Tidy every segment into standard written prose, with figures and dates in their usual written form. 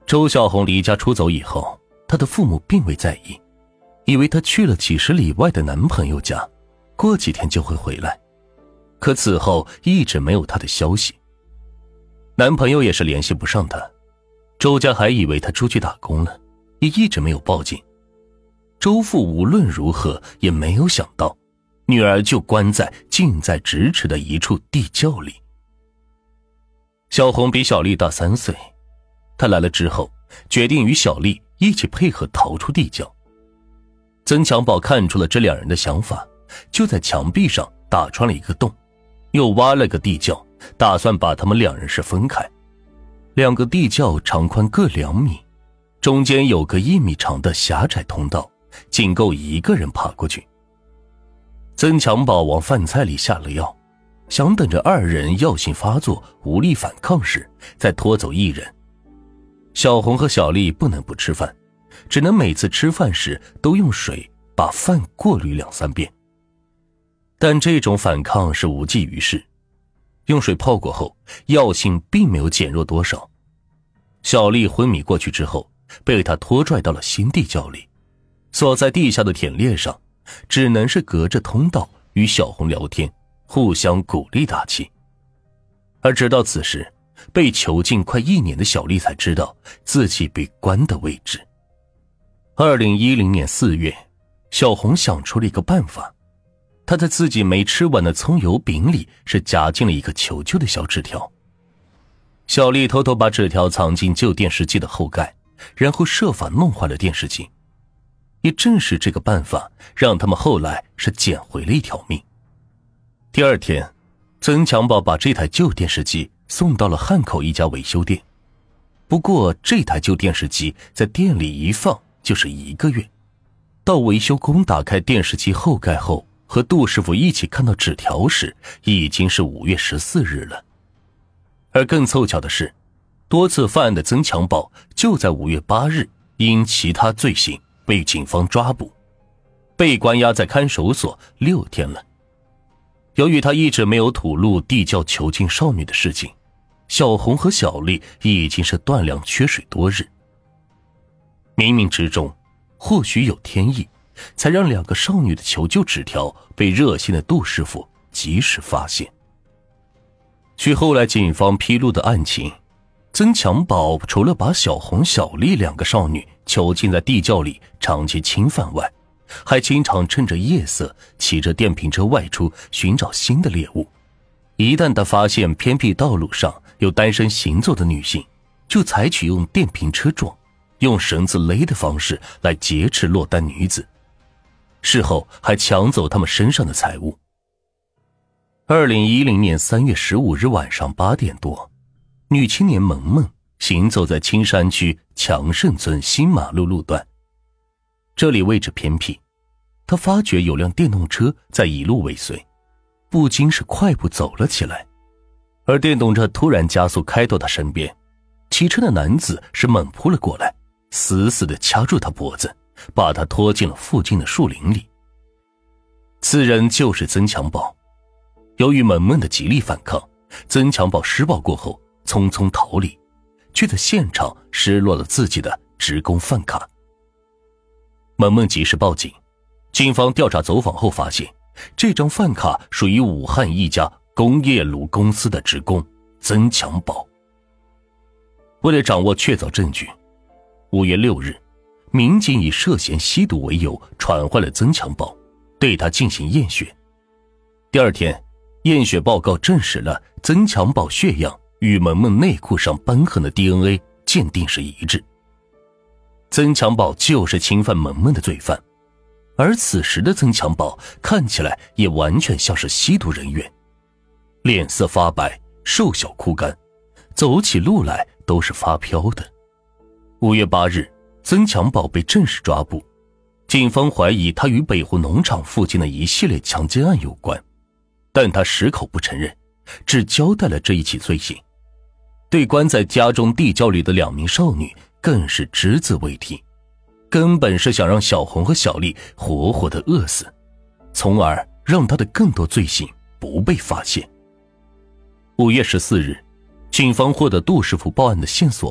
周小红离家出走以后，她的父母并未在意，以为她去了几十里外的男朋友家，过几天就会回来。可此后一直没有她的消息，男朋友也是联系不上她。周家还以为她出去打工了，也一直没有报警。周父无论如何也没有想到，女儿就关在近在咫尺的一处地窖里。小红比小丽大3岁，她来了之后，决定与小丽一起配合逃出地窖。曾强宝看出了这两人的想法，就在墙壁上打穿了一个洞，又挖了个地窖，打算把他们两人是分开。2个地窖长宽各2米，中间有个1米长的狭窄通道，仅够1个人爬过去。曾强宝往饭菜里下了药，想等着2人药性发作无力反抗时再拖走1人。小红和小丽不能不吃饭，只能每次吃饭时都用水把饭过滤2-3遍。但这种反抗是无济于事，用水泡过后，药性并没有减弱多少。小丽昏迷过去之后，被他拖拽到了新地窖里，锁在地下的铁链上，只能是隔着通道与小红聊天，互相鼓励打气。而直到此时，被囚禁快1年的小丽才知道自己被关的位置。2010年4月，小红想出了一个办法，她在自己没吃完的葱油饼里是夹进了一个求救的小纸条。小丽偷偷把纸条藏进旧电视机的后盖，然后设法弄坏了电视机。也正是这个办法，让他们后来是捡回了一条命。第2天，曾强宝把这台旧电视机送到了汉口一家维修店。不过这台旧电视机在店里一放就是1个月。到维修工打开电视机后盖后，和杜师傅一起看到纸条时，已经是5月14日了。而更凑巧的是，多次犯案的曾强宝就在5月8日因其他罪行被警方抓捕，被关押在看守所6天了。由于他一直没有吐露地窖囚禁少女的事情，小红和小丽已经是断粮缺水多日。冥冥之中，或许有天意，才让2个少女的求救纸条被热心的杜师傅及时发现。据后来警方披露的案情，曾强宝除了把小红、小丽2个少女囚禁在地窖里长期侵犯外，还经常趁着夜色骑着电瓶车外出寻找新的猎物。一旦他发现偏僻道路上有单身行走的女性，就采取用电瓶车撞、用绳子勒的方式来劫持落单女子，事后还抢走她们身上的财物。2010年3月15日晚上8点多，女青年萌萌行走在青山区强盛村新马路路段。这里位置偏僻，她发觉有辆电动车在一路尾随，不禁是快步走了起来。而电动车突然加速开到她身边，骑车的男子是猛扑了过来，死死地掐住她脖子，把她拖进了附近的树林里。此人就是曾强宝。由于萌萌的极力反抗，曾强宝施暴过后匆匆逃离，却在现场失落了自己的职工饭卡。萌萌及时报警，警方调查走访后发现，这张饭卡属于武汉一家工业炉公司的职工曾强宝。为了掌握确凿证据，5月6日，民警以涉嫌吸毒为由传唤了曾强宝，对他进行验血。第2天，验血报告证实了曾强宝血样与萌萌内裤上瘢痕的 DNA 鉴定是一致。曾强宝就是侵犯萌萌的罪犯，而此时的曾强宝看起来也完全像是吸毒人员，脸色发白，瘦小枯干，走起路来都是发飘的。5月8日，曾强宝被正式抓捕，警方怀疑他与北湖农场附近的一系列强奸案有关，但他矢口不承认，只交代了这一起罪行。对关在家中地窖里的2名少女更是只字未提，根本是想让小红和小丽活活的饿死，从而让他的更多罪行不被发现。5月14日，警方获得杜师傅报案的线索后，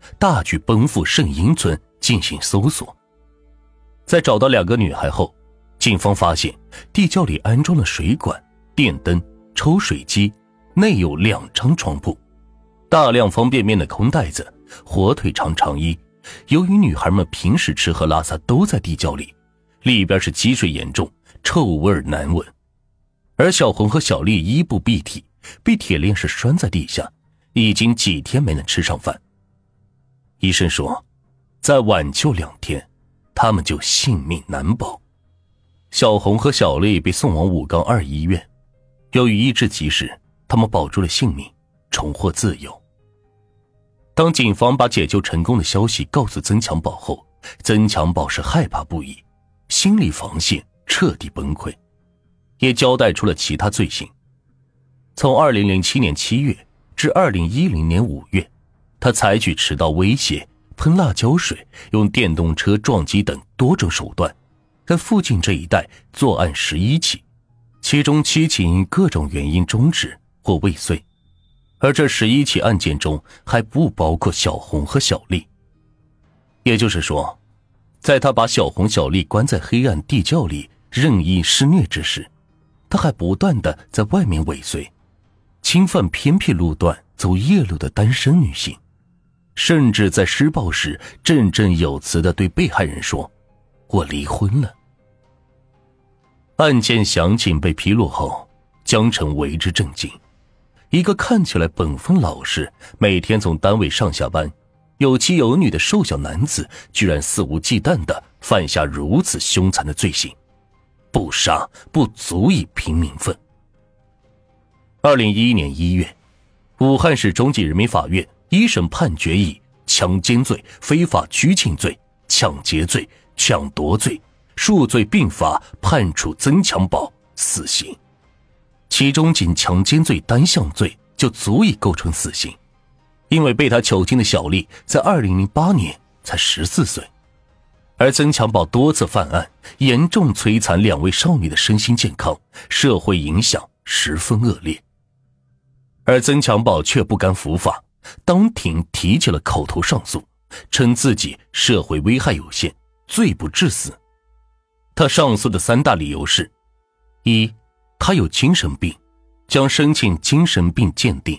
大举奔赴圣婴村进行搜索。在找到2个女孩后，警方发现地窖里安装了水管、电灯、抽水机，内有2张床铺，大量方便面的空袋子、火腿肠肠衣。由于女孩们平时吃喝拉撒都在地窖里，里边是积水严重，臭味难闻。而小红和小丽衣不蔽体，被铁链是拴在地下，已经几天没能吃上饭。医生说，再挽救2天，他们就性命难保。小红和小丽被送往武冈2医院，由于医治及时，他们保住了性命，重获自由。当警方把解救成功的消息告诉曾强宝后，曾强宝是害怕不已，心理防线彻底崩溃，也交代出了其他罪行。从2007年7月至2010年5月，他采取持刀威胁、喷辣椒水、用电动车撞击等多种手段，在附近这一带作案11起，其中7起因各种原因终止或未遂。而这11起案件中还不包括小红和小丽。也就是说，在他把小红、小丽关在黑暗地窖里任意施虐之时，他还不断地在外面尾随，侵犯偏僻路段走夜路的单身女性，甚至在施暴时振振有词地对被害人说：“我离婚了。”案件详情被披露后，江城为之震惊。一个看起来本分老实、每天从单位上下班、有妻有女的瘦小男子，居然肆无忌惮地犯下如此凶残的罪行，不杀不足以平民愤。2011年1月，武汉市中级人民法院一审判决以强奸罪、非法拘禁罪、抢劫罪、抢夺罪数罪并罚，判处曾强宝死刑。其中仅强奸罪单项罪就足以构成死刑，因为被他囚禁的小丽在2008年才14岁，而曾强宝多次犯案，严重摧残2位少女的身心健康，社会影响十分恶劣。而曾强宝却不甘伏法，当庭提起了口头上诉，称自己社会危害有限，罪不致死。他上诉的3大理由是：一、他有精神病，将申请精神病鉴定；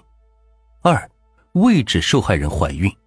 2. 未致受害人怀孕；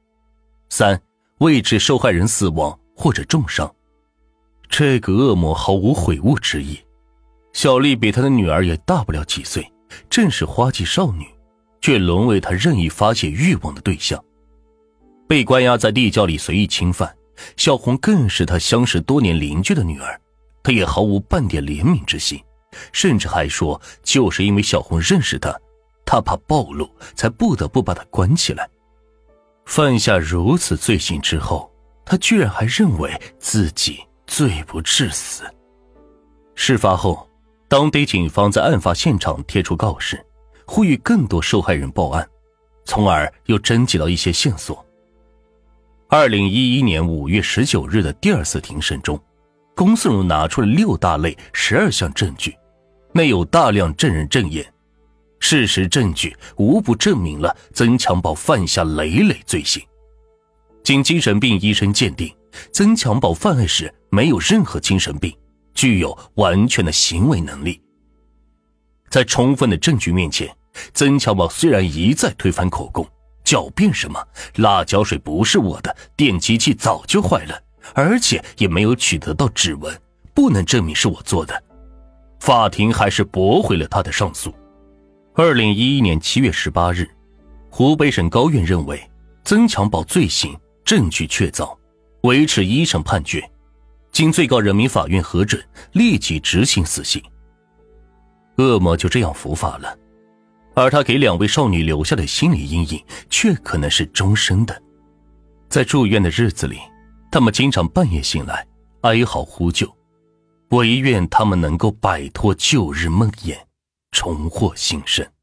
3. 未致受害人死亡或者重伤。这个恶魔毫无悔悟之意。小丽比他的女儿也大不了几岁，正是花季少女，却沦为他任意发泄欲望的对象。被关押在地窖里随意侵犯，小红更是他相识多年邻居的女儿，他也毫无半点怜悯之心，甚至还说就是因为小红认识他怕暴露才不得不把他关起来。犯下如此罪行之后，他居然还认为自己罪不至死。事发后，当地警方在案发现场贴出告示，呼吁更多受害人报案，从而又征集到一些线索。2011年5月19日的第2次庭审中，公诉人拿出了6大类12项证据，内有大量证人证言，事实证据无不证明了曾强宝犯下累累罪行。经精神病医生鉴定，曾强宝犯案时没有任何精神病，具有完全的行为能力。在充分的证据面前，曾强宝虽然一再推翻口供，狡辩什么辣椒水不是我的，电击器早就坏了，而且也没有取得到指纹，不能证明是我做的，法庭还是驳回了他的上诉。2011年7月18日，湖北省高院认为曾强宝罪行证据确凿，维持一审判决，经最高人民法院核准，立即执行死刑。恶魔就这样伏法了，而他给2位少女留下的心理阴影却可能是终身的。在住院的日子里，他们经常半夜醒来哀嚎呼救，唯愿他们能够摆脱旧日梦魇，重获新生。